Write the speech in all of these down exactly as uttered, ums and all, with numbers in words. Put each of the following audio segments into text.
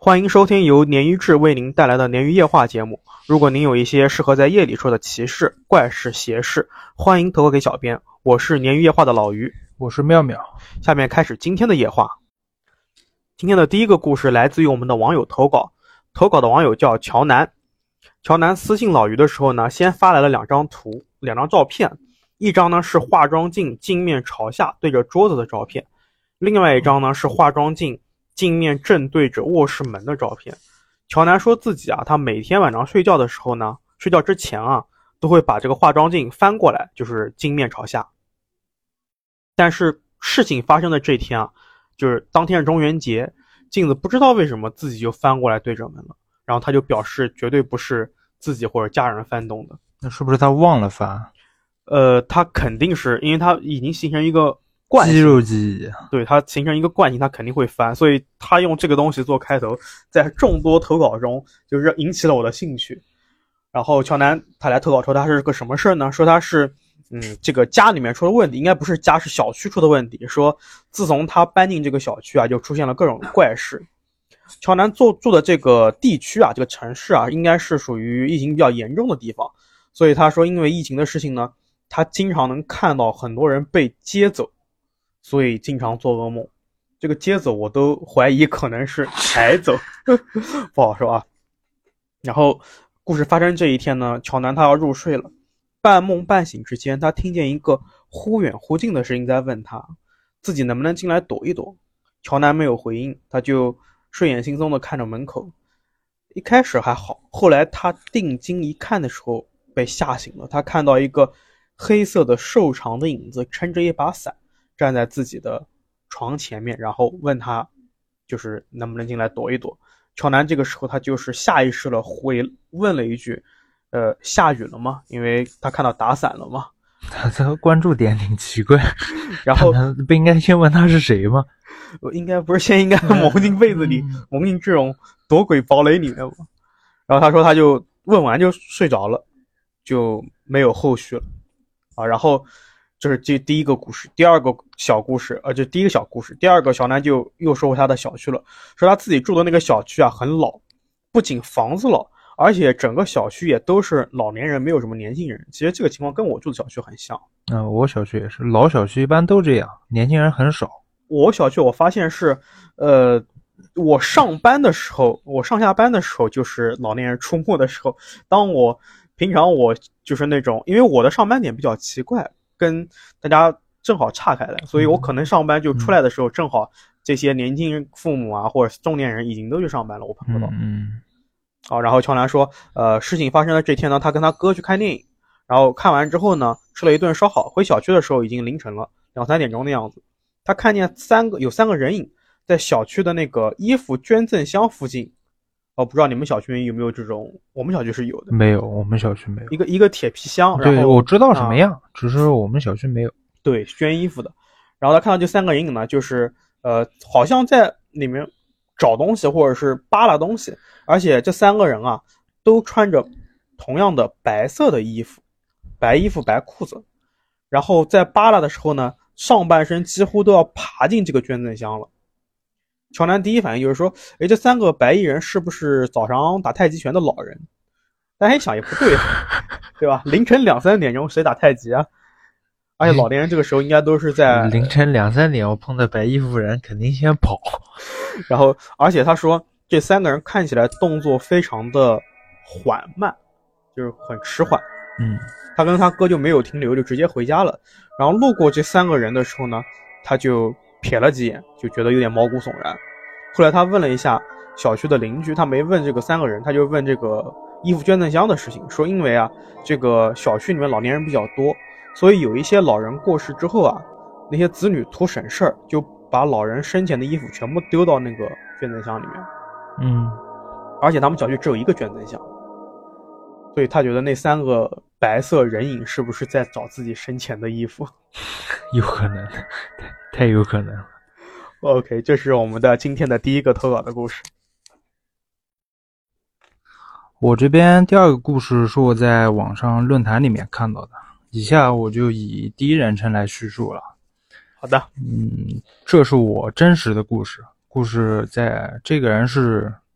欢迎收听由鲶鱼志为您带来的鲶鱼夜话节目。如果您有一些适合在夜里说的奇事、怪事、邪事，欢迎投稿给小编。我是鲶鱼夜话的老鱼， 我是妙妙。 下面开始今天的夜话。今天的第一个故事来自于我们的网友投稿，投稿的网友叫乔南。乔南私信老鱼的时候呢，先发来了两张图，两张照片，一张呢是化妆镜镜面朝下对着桌子的照片，另外一张呢是化妆镜镜面正对着卧室门的照片。乔南说自己啊，他每天晚上睡觉的时候呢，睡觉之前啊，都会把这个化妆镜翻过来，就是镜面朝下。但是事情发生的这天啊，就是当天是中元节，镜子不知道为什么自己就翻过来对着门了，然后他就表示绝对不是自己或者家人翻动的。 那是不是他忘了翻？ 呃，他肯定是因为他已经形成一个惯性， 肌肉记忆， 对，他形成一个惯性，他肯定会翻，所以他用这个东西做开头，在众多投稿中就是引起了我的兴趣。然后乔南他来投稿说他是个什么事呢？说他是嗯，这个家里面出了问题，应该不是家，是小区出的问题。说自从他搬进这个小区啊，就出现了各种怪事。乔南住住的这个地区啊，这个城市啊，应该是属于疫情比较严重的地方，所以他说因为疫情的事情呢，他经常能看到很多人被接走，所以经常做噩梦。这个接走我都怀疑可能是抬走不好说啊。然后故事发生这一天呢，乔南他要入睡了，半梦半醒之间，他听见一个忽远忽近的声音在问他自己能不能进来躲一躲。乔南没有回应，他就睡眼惺忪地看着门口。一开始还好，后来他定睛一看的时候被吓醒了。他看到一个黑色的瘦长的影子撑着一把伞站在自己的床前面，然后问他就是能不能进来躲一躲。乔南这个时候他就是下意识了回问了一句呃，下雨了吗？因为他看到打伞了嘛。 他这个关注点挺奇怪。 然后不应该先问他是谁吗？ 应该不是先应该蒙进被子里，嗯、蒙进这种躲鬼堡垒里面吗？然后他说他就问完就睡着了，就没有后续了啊。然后这是这第一个故事，第二个小故事，呃，这第一个小故事，第二个小南就又说回他的小区了，说他自己住的那个小区啊很老，不仅房子老，而且整个小区也都是老年人，没有什么年轻人。其实这个情况跟我住的小区很像。 嗯、呃，我小区也是，老小区一般都这样，年轻人很少。 我小区我发现是，呃，我上班的时候，我上下班的时候就是老年人出没的时候。当我平常我就是那种，因为我的上班点比较奇怪，跟大家正好岔开来，所以我可能上班就出来的时候，正好这些年轻父母啊或者中年人已经都去上班了，我碰不到。 嗯。 好，然后乔南说，呃，事情发生的这天呢，他跟他哥去看电影，然后看完之后呢，吃了一顿烧烤，回小区的时候已经凌晨了，两三点钟的样子。他看见三个有三个人影在小区的那个衣服捐赠箱附近。哦，不知道你们小区有没有这种？我们小区是有的。 没有，我们小区没有。 一个一个铁皮箱，然对， 后我知道什么样、啊，只是我们小区没有。 对，捐衣服的。然后他看到这三个人影呢，就是呃，好像在里面找东西或者是扒拉东西，而且这三个人啊都穿着同样的白色的衣服，白衣服白裤子，然后在扒拉的时候呢，上半身几乎都要爬进这个捐赠箱了。乔南第一反应就是说，诶，这三个白衣人是不是早上打太极拳的老人？但一想也不对，对吧？凌晨两三点钟谁打太极啊？而且老年人这个时候应该都是在凌晨两三点，我碰到白衣服人肯定先跑。 然后，而且他说这三个人看起来动作非常的缓慢，就是很迟缓。 嗯， 他跟他哥就没有停留，就直接回家了。然后路过这三个人的时候呢，他就瞥了几眼，就觉得有点毛骨悚然。后来他问了一下小区的邻居，他没问这个三个人，他就问这个衣服捐赠箱的事情，说因为啊，这个小区里面老年人比较多，所以有一些老人过世之后啊，那些子女图省事儿，就把老人生前的衣服全部丢到那个捐赠箱里面。 嗯， 而且他们小区只有一个捐赠箱，所以他觉得那三个白色人影是不是在找自己生前的衣服？ 有可能，太有可能了。 OK， 这是我们的今天的第一个投稿的故事。 我这边第二个故事是我在网上论坛里面看到的，以下我就以第一人称来叙述了。 好的， 嗯，这是我真实的故事。故事在这个人是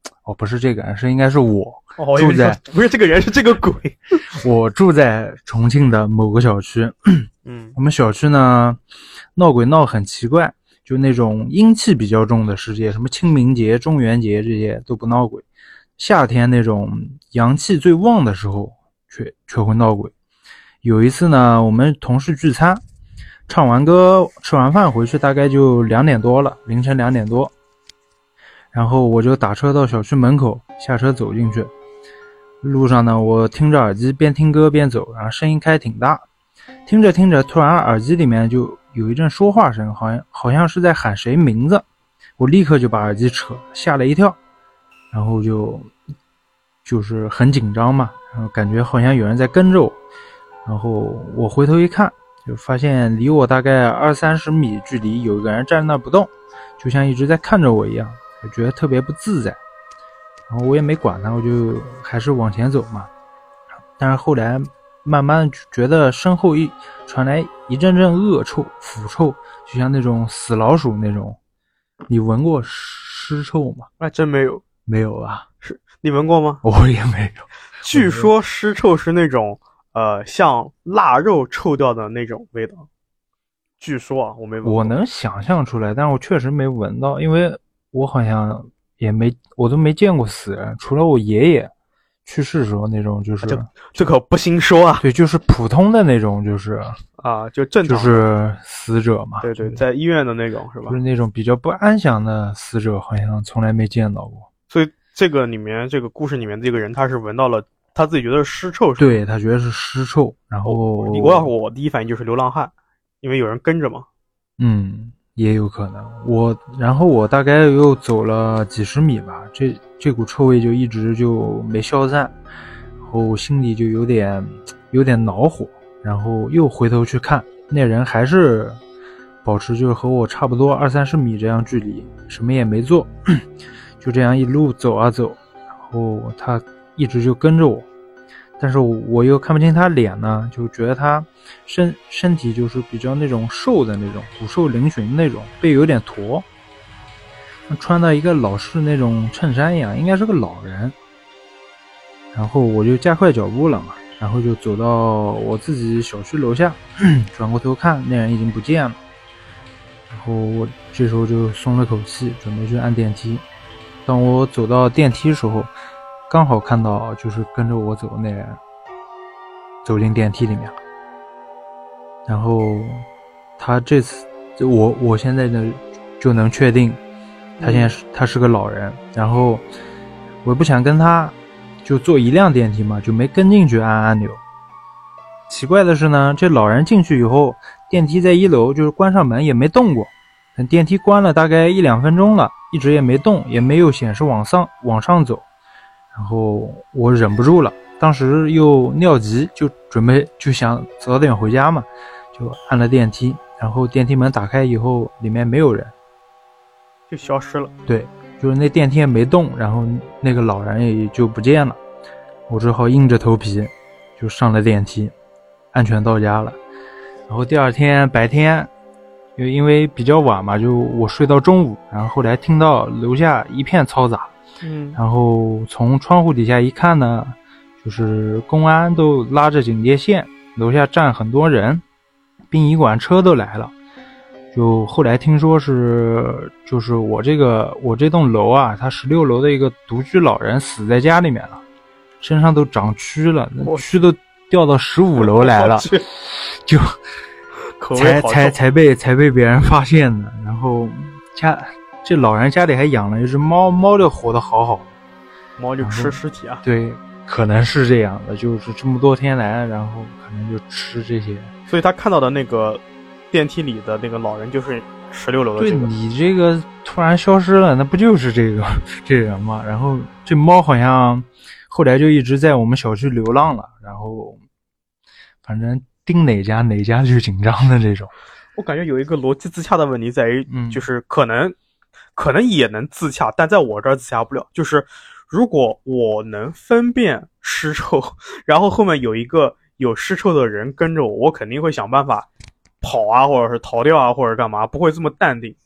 哦，不是这个人，是应该是我、 哦、 住在不是这个人，是这个鬼。 我住在重庆的某个小区， 嗯， 我们小区呢闹鬼闹很奇怪，就那种阴气比较重的时节，什么清明节、中元节这些都不闹鬼，夏天那种阳气最旺的时候却却会闹鬼。有一次呢，我们同事聚餐，唱完歌吃完饭回去大概就两点多了，凌晨两点多，然后我就打车到小区门口，下车走进去。路上呢，我听着耳机边听歌边走，然后声音开挺大，听着听着突然耳机里面就有一阵说话声，好像好像是在喊谁名字。我立刻就把耳机扯，吓了一跳，然后就就是很紧张嘛，然后感觉好像有人在跟着我，然后我回头一看，就发现离我大概二三十米距离有一个人站在那不动，就像一直在看着我一样，我觉得特别不自在。然后我也没管他，我就还是往前走嘛。但是后来慢慢觉得身后一传来一阵阵恶臭、腐臭，就像那种死老鼠那种。你闻过尸臭吗？ 还真没有。 没有啊？ 是你闻过吗？ 我也没有。 据说尸臭是那种呃像腊肉臭掉的那种味道。据说啊，我没闻过。 我能想象出来，但是我确实没闻到，因为我好像也没，我都没见过死人，除了我爷爷去世时候那种，就是这这可不兴说啊。 对，就是普通的那种，就是啊，就正常， 就是死者嘛。 对对，在医院的那种是吧？ 就是那种比较不安详的死者，好像从来没见到过。 所以这个里面，这个故事里面这个人，他是闻到了他自己觉得是尸臭，是吧？ 对，他觉得是尸臭，然后我要是我第一反应就是流浪汉，因为有人跟着嘛。 嗯。也有可能，我然后我大概又走了几十米吧，这这股臭味就一直就没消散，然后心里就有点有点恼火，然后又回头去看，那人还是保持就是和我差不多二三十米这样距离，什么也没做，就这样一路走啊走，然后他一直就跟着我。但是我又看不清他脸呢，就觉得他身身体就是比较那种瘦的那种，骨瘦嶙峋那种，背有点驼，穿到一个老式那种衬衫一样，应该是个老人。然后我就加快脚步了嘛，然后就走到我自己小区楼下，转过头看，那人已经不见了。然后我这时候就松了口气，准备去按电梯。当我走到电梯时候，刚好看到就是跟着我走的那人走进电梯里面了，然后他这次我我现在呢就能确定他现在是他是个老人，然后我不想跟他就坐一辆电梯嘛，就没跟进去按按钮。奇怪的是呢，这老人进去以后，电梯在一楼就是关上门也没动过，等电梯关了大概一两分钟了，一直也没动，也没有显示往上往上走。然后我忍不住了，当时又尿急，就准备就想早点回家嘛，就按了电梯。然后电梯门打开以后，里面没有人， 就消失了。 对，就是那电梯也没动，然后那个老人也就不见了。我只好硬着头皮就上了电梯，安全到家了。然后第二天白天，就因为比较晚嘛，就我睡到中午，然后后来听到楼下一片嘈杂。 嗯， 然后从窗户底下一看呢，就是公安都拉着警戒线，楼下站很多人，殡仪馆车都来了。就后来听说是，就是我这个我这栋楼啊，它十六楼的一个独居老人死在家里面了，身上都长蛆了，蛆都掉到十五楼来了，就才才才被才被别人发现的。然后家。这老人家里还养了一只猫，猫就活得好好的， 猫就吃尸体啊？ 对，可能是这样的，就是这么多天来，然后可能就吃这些。 所以他看到的那个电梯里的那个老人就是十六楼的、这个。 对，你这个突然消失了，那不就是这个这人吗？然后这猫好像后来就一直在我们小区流浪了，然后反正盯哪家哪家就紧张的这种。 我感觉有一个逻辑自洽的问题在于， 嗯， 就是可能。可能也能自洽，但在我这儿自洽不了。就是如果我能分辨尸臭，然后后面有一个有尸臭的人跟着我，我肯定会想办法跑啊，或者是逃掉啊，或者干嘛，不会这么淡定。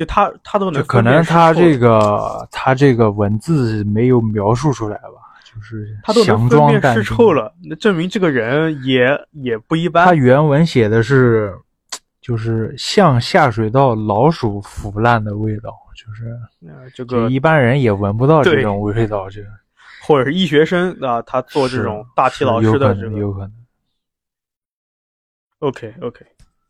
就他他都能可能他这个他这个文字没有描述出来吧，就是他都能分辨尸臭了， 那证明这个人也也不一般。 他原文写的是，就是像下水道老鼠腐烂的味道，就是、 呃、这个一般人也闻不到这种味道，这或者是医学生啊、呃，他做这种大体老师的这个有可能。 OK OK。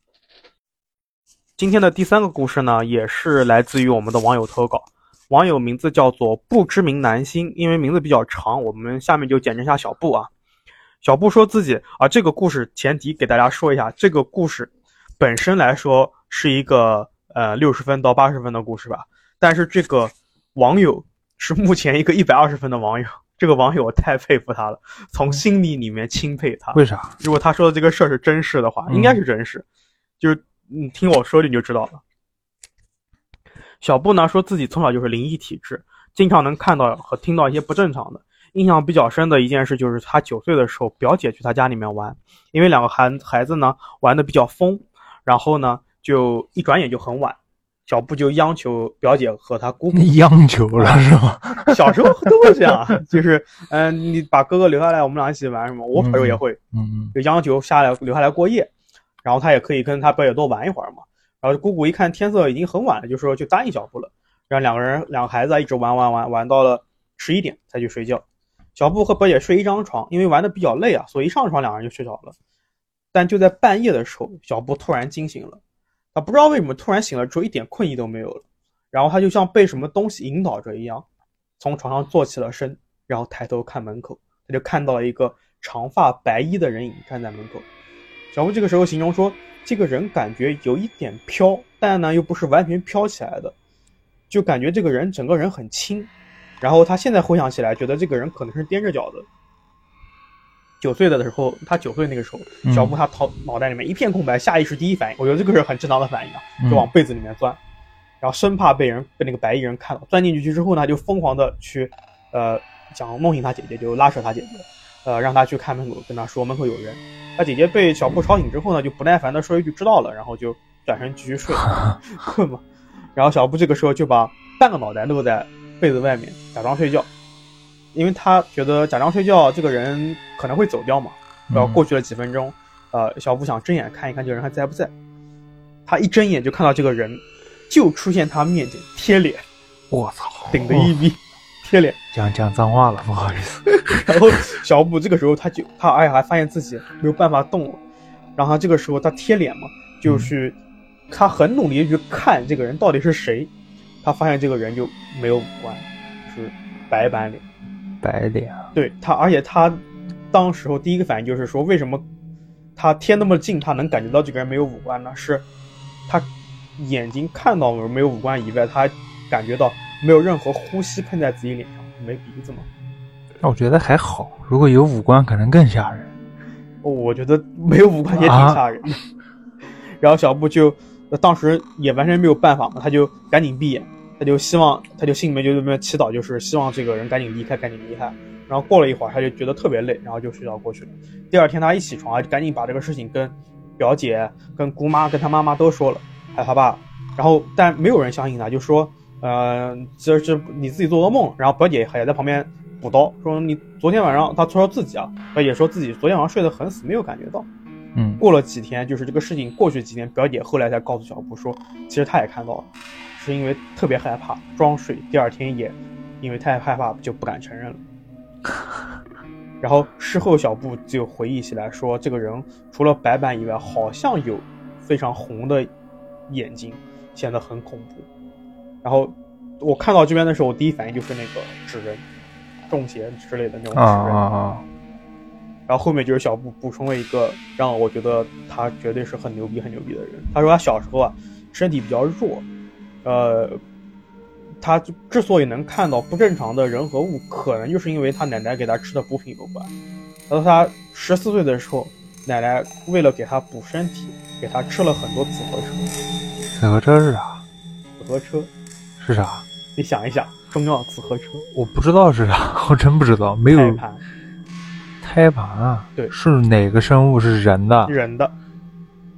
今天的第三个故事呢，也是来自于我们的网友投稿，网友名字叫做不知名男星，因为名字比较长，我们下面就简称一下小布啊。小布说自己啊，这个故事前提给大家说一下，这个故事本身来说是一个呃六十分到八十分的故事吧，但是这个网友是目前一个一百二十分的网友，这个网友我太佩服他了，从心里里面钦佩他。 为啥？ 如果他说的这个事儿是真实的话，应该是真实，就是你听我说你就知道了。小布呢说自己从小就是灵异体质，经常能看到和听到一些不正常的。印象比较深的一件事就是他九岁的时候，表姐去他家里面玩，因为两个孩孩子呢玩的比较疯，然后呢就一转眼就很晚，小布就央求表姐和他姑姑央求了是吗？ 小时候都会这样，就是嗯、呃，你把哥哥留下来，我们俩一起玩什么？我朋友也会， 嗯， 就央求下来留下来过夜。然后他也可以跟他表姐多玩一会儿嘛。然后姑姑一看天色已经很晚了，就说就答应小布了。然后两个人两个孩子一直玩玩玩玩到了十一点才去睡觉。小布和表姐睡一张床，因为玩的比较累啊，所以一上床两个人就睡着了。但就在半夜的时候，小布突然惊醒了。他不知道为什么突然醒了之后一点困意都没有了，然后他就像被什么东西引导着一样，从床上坐起了身，然后抬头看门口，他就看到了一个长发白衣的人影站在门口。小布这个时候形容说，这个人感觉有一点飘，但呢又不是完全飘起来的，就感觉这个人整个人很轻。然后他现在回想起来，觉得这个人可能是踮着脚的。九岁的时候，他九岁那个时候，小布他头脑袋里面一片空白，下意识第一反应，我觉得这个是很正常的反应啊，就往被子里面钻，然后生怕被人被那个白衣人看到。钻进去之后呢，就疯狂的去，呃，想弄醒他姐姐，就拉扯他姐姐。呃，让他去看门口，跟他说门口有人。他姐姐被小布吵醒之后呢，就不耐烦的说一句知道了，然后就转身继续睡，困嘛。然后小布这个时候就把半个脑袋露在被子外面，假装睡觉，因为他觉得假装睡觉这个人可能会走掉嘛。然后过去了几分钟，呃，小布想睁眼看一看这个人还在不在。他一睁眼就看到这个人就出现他面前，贴脸， 我操， 顶着一逼。贴脸讲讲脏话了，不好意思。 然后小布这个时候他就他哎呀还发现自己没有办法动了，然后他这个时候他贴脸嘛，就是他很努力去看这个人到底是谁，他发现这个人就没有五官，是白板脸， 白脸。 对他，而且他当时候第一个反应就是说，为什么他贴那么近，他能感觉到这个人没有五官呢？是他眼睛看到没有五官以外，他感觉到没有任何呼吸喷在自己脸上，没鼻子吗？ 那我觉得还好，如果有五官可能更吓人。 哦，我觉得没有五官也挺吓人的。啊、然后小布就当时也完全没有办法嘛，他就赶紧闭眼，他就希望他就心里面就这么祈祷，就是希望这个人赶紧离开，赶紧离开。然后过了一会儿，他就觉得特别累，然后就睡着过去了。第二天他一起床，就赶紧把这个事情跟表姐、跟姑妈、跟他妈妈都说了，还有他爸。然后但没有人相信他，就说。呃，这是你自己做的梦，然后表姐也在旁边补刀，说你昨天晚上，他说自己啊，表姐说自己昨天晚上睡得很死，没有感觉到。 嗯， 过了几天，就是这个事情过去几天，表姐后来才告诉小布说，其实她也看到了，是因为特别害怕装睡，第二天也因为太害怕就不敢承认了。然后事后小布就回忆起来说，这个人除了白板以外，好像有非常红的眼睛，显得很恐怖。然后我看到这边的时候，我第一反应就是那个纸人、中邪之类的那种纸人。 啊啊啊！ 然后后面就是小布补充了一个让我觉得他绝对是很牛逼、很牛逼的人。他说他小时候啊，身体比较弱，呃，他之所以能看到不正常的人和物，可能就是因为他奶奶给他吃的补品有关。他说他十四岁的时候，奶奶为了给他补身体，给他吃了很多紫河车。 紫河车是啥？ 紫河车。 是啥？ 你想一想，中药紫河车， 我不知道是啥，我真不知道，没有。 胎盘， 胎盘啊， 对， 是哪个生物？是人的？ 人的。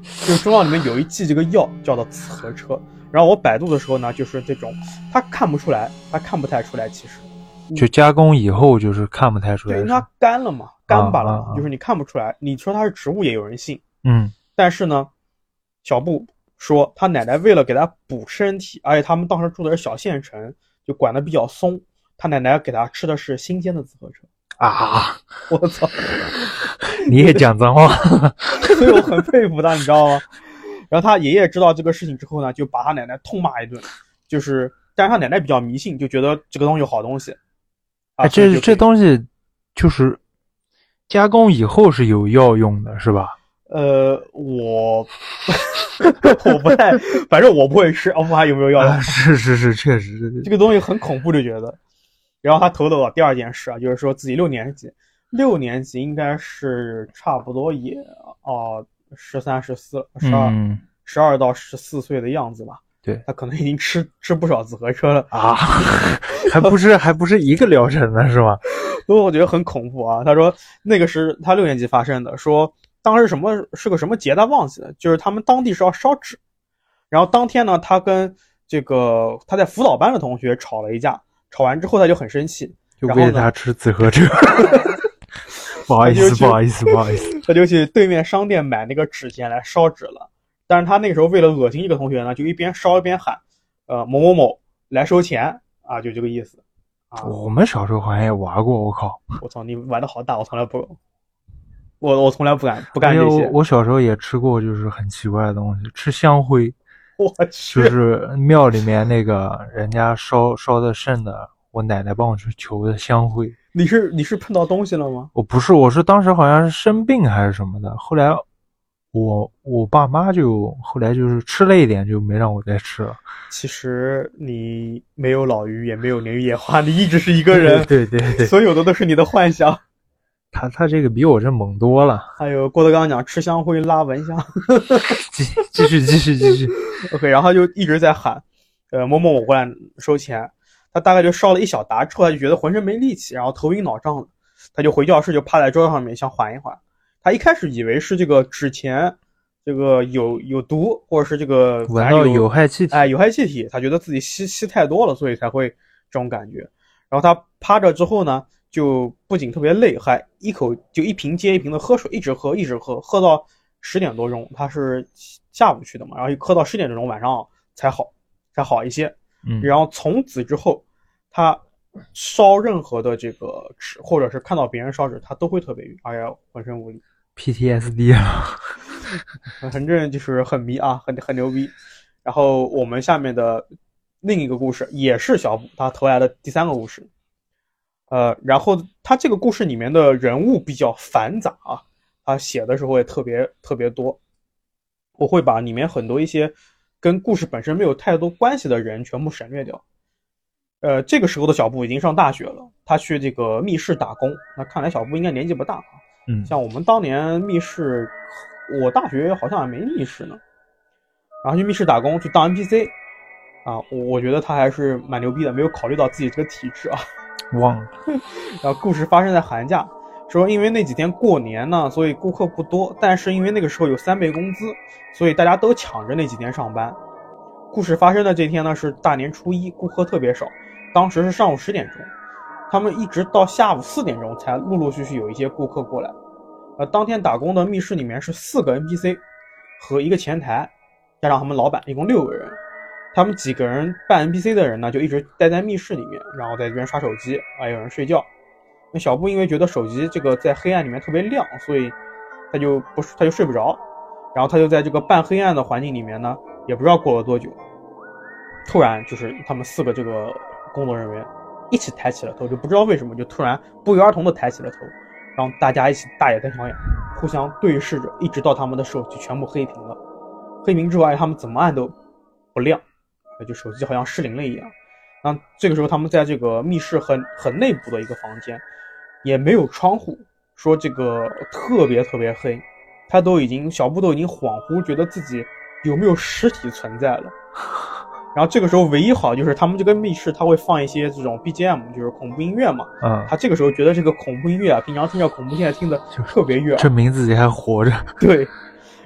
就是中药里面有一剂这个药叫做紫河车。然后我百度的时候呢，就是这种它看不出来，它看不太出来，其实就加工以后就是看不太出来， 对，因为它干了嘛，干巴了嘛， 啊啊啊就是你看不出来。你说它是植物也有人信， 嗯， 但是呢，小布说他奶奶为了给他补身体，而且他们当时住的是小县城，就管得比较松，他奶奶给他吃的是新鲜的紫河车啊！ 我操， 你也讲脏话， 所以我很佩服他，你知道吗？然后他爷爷知道这个事情之后呢，就把他奶奶痛骂一顿，就是，但是他奶奶比较迷信，就觉得这个东西有好东西。啊， 哎，这这东西就是加工以后是有药用的，是吧？ 呃，我我不太，反正我不会吃，我不知道有没有药用、 啊。是是是，确实是这个东西很恐怖，就觉得。然后他头了第二件事啊，就是说自己六年级，六年级应该是差不多也哦十三十四十二十二到十四岁的样子吧。 对， 他可能已经吃吃不少紫河车了啊，还不是还不是一个疗程呢，是吧？ 所以我觉得很恐怖啊。他说那个是他六年级发生的，说当时什么是个什么节他忘记了，就是他们当地是要烧纸，然后当天呢，他跟这个他在辅导班的同学吵了一架，吵完之后他就很生气， 就喂他吃紫河车。不好意思，不好意思，不好意思， 他就去对面商店买那个纸钱来烧纸了。但是他那个时候为了恶心一个同学呢，就一边烧一边喊，呃，某某某来收钱啊，就这个意思。啊， 我们小时候好像也玩过，我靠！ 我操，你玩的好大，我从来不，我我从来不敢不干这些。 我, 我小时候也吃过，就是很奇怪的东西，吃香灰。 我去， 就是庙里面那个人家烧烧的剩的，我奶奶帮我去求的香灰。 你是你是碰到东西了吗？ 我不是，我是当时好像是生病还是什么的，后来我我爸妈就后来就是吃了一点，就没让我再吃了。 其实你没有老于，也没有年鱼野花，你一直是一个人。 对对 对, 对， 所有的都是你的幻想。 他他这个比我这猛多了。 还有郭德纲讲吃香灰拉蚊香。 继继续继续继续。 OK， 然后他就一直在喊，呃，某某某过来收钱。他大概就烧了一小沓之后，他就觉得浑身没力气，然后头晕脑胀的，他就回教室就趴在桌子上面想缓一缓。他一开始以为是这个纸钱这个有有毒，或者是这个闻到有害气体， 哎，有害气体，他觉得自己吸吸太多了，所以才会这种感觉。然后他趴着之后呢，就不仅特别累，还一口就一瓶接一瓶的喝水，一直喝一直喝，喝到十点多钟，他是下午去的嘛，然后喝到十点多钟晚上才好，才好一些。 嗯， 然后从此之后，他烧任何的这个纸，或者是看到别人烧纸，他都会特别晕，而且浑身无力。 P T S D 了， 反正就是很迷啊，很很牛逼。然后我们下面的另一个故事也是小卜他投来的第三个故事，呃，然后他这个故事里面的人物比较繁杂啊，他写的时候也特别特别多，我会把里面很多一些跟故事本身没有太多关系的人全部省略掉。呃，这个时候的小布已经上大学了，他去这个密室打工。那看来小布应该年纪不大啊。 嗯， 像我们当年密室，我大学好像还没密室呢。然后去密室打工，去当 N P C 啊，我觉得他还是蛮牛逼的，没有考虑到自己这个体质啊。 忘了。 然后故事发生在寒假，说因为那几天过年呢，所以顾客不多，但是因为那个时候有三倍工资，所以大家都抢着那几天上班。故事发生的这天呢是大年初一，顾客特别少，当时是上午十点钟，他们一直到下午四点钟才陆陆续续有一些顾客过来。呃，当天打工的密室里面是四个 N P C 和一个前台，加上他们老板，一共六个人。他们几个人扮 N P C 的人呢，就一直待在密室里面，然后在这边刷手机啊，有人睡觉。那小布因为觉得手机这个在黑暗里面特别亮，所以他就不他就睡不着，然后他就在这个半黑暗的环境里面呢，也不知道过了多久，突然就是他们四个这个工作人员一起抬起了头，就不知道为什么就突然不约而同的抬起了头，然后大家一起大眼瞪小眼，互相对视着，一直到他们的手机全部黑屏了。黑屏之外，他们怎么按都不亮，就手机好像失灵了一样。那这个时候他们在这个密室很很内部的一个房间，也没有窗户，说这个特别特别黑，他都已经小布都已经恍惚觉得自己有没有实体存在了。然后这个时候唯一好就是他们这个密室他会放一些这种 B G M， 就是恐怖音乐嘛。 嗯， 他这个时候觉得这个恐怖音乐啊，平常听着恐怖现在听的特别悦耳， 证明自己还活着。 对。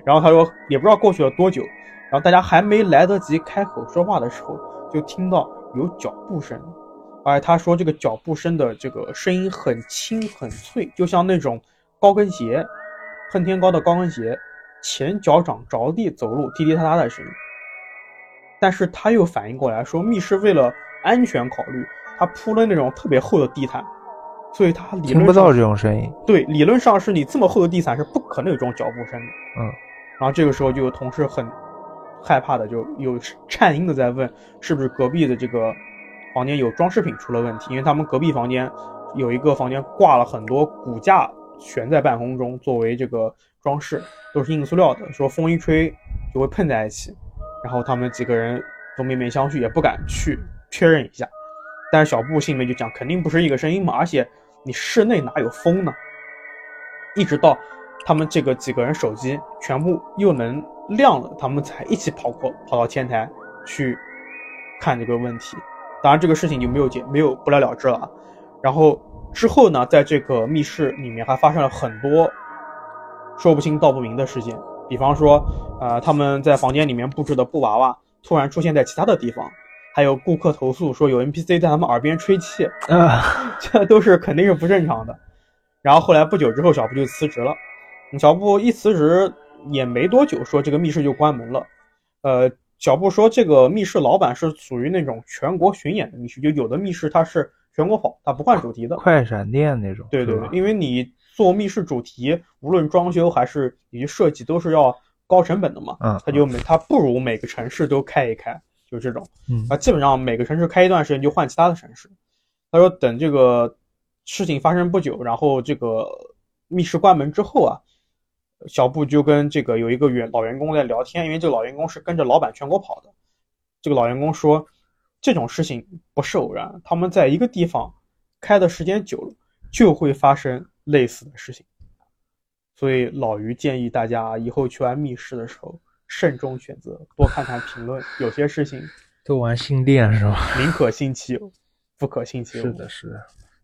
然后他说也不知道过去了多久，然后大家还没来得及开口说话的时候，就听到有脚步声，而他说这个脚步声的这个声音很轻很脆，就像那种高跟鞋，恨天高的高跟鞋前脚掌着地走路滴滴答答的声音。但是他又反应过来说，密室为了安全考虑，他铺了那种特别厚的地毯，所以他理论上听不到这种声音。 对，理论上是你这么厚的地毯是不可能有这种脚步声的。 嗯， 然后这个时候就有同事很害怕的，就有颤音的在问，是不是隔壁的这个房间有装饰品出了问题？因为他们隔壁房间有一个房间挂了很多骨架悬在半空中作为这个装饰，都是硬塑料的，说风一吹就会碰在一起。然后他们几个人都面面相觑，也不敢去确认一下。但是小布心里面就讲，肯定不是一个声音嘛，而且你室内哪有风呢？一直到他们这个几个人手机全部又能亮了，他们才一起跑过跑到前台去看这个问题。当然这个事情就没有解没有不了了之了。然后之后呢，在这个密室里面还发生了很多说不清道不明的事件，比方说呃，他们在房间里面布置的布娃娃突然出现在其他的地方，还有顾客投诉说有 N P C 在他们耳边吹气，啊，这都是肯定是不正常的。然后后来不久之后，小布就辞职了。小布一辞职也没多久，说这个密室就关门了。呃，小布说这个密室老板是属于那种全国巡演的密室，就有的密室它是全国跑，它不换主题的， 快闪店那种。 对对对，因为你做密室主题，无论装修还是你设计，都是要高成本的嘛。 嗯， 他就每他不如每个城市都开一开，就这种。 嗯， 啊，基本上每个城市开一段时间就换其他的城市。他说等这个事情发生不久，然后这个密室关门之后啊，小布就跟这个有一个员老员工在聊天，因为这个老员工是跟着老板全国跑的。这个老员工说，这种事情不是偶然，他们在一个地方开的时间久了，就会发生类似的事情。所以老于建议大家以后去玩密室的时候慎重选择，多看看评论，有些事情都玩新店是吧？ 宁可信其有，不可信其无。 是的，是的。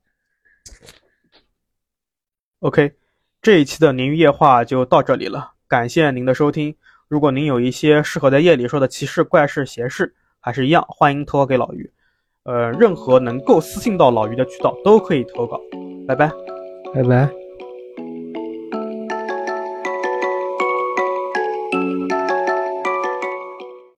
OK， 这一期的鲶鱼夜话就到这里了，感谢您的收听。如果您有一些适合在夜里说的奇事、怪事、邪事，还是一样欢迎投稿给老于。呃，任何能够私信到老于的渠道都可以投稿。拜拜， 拜拜。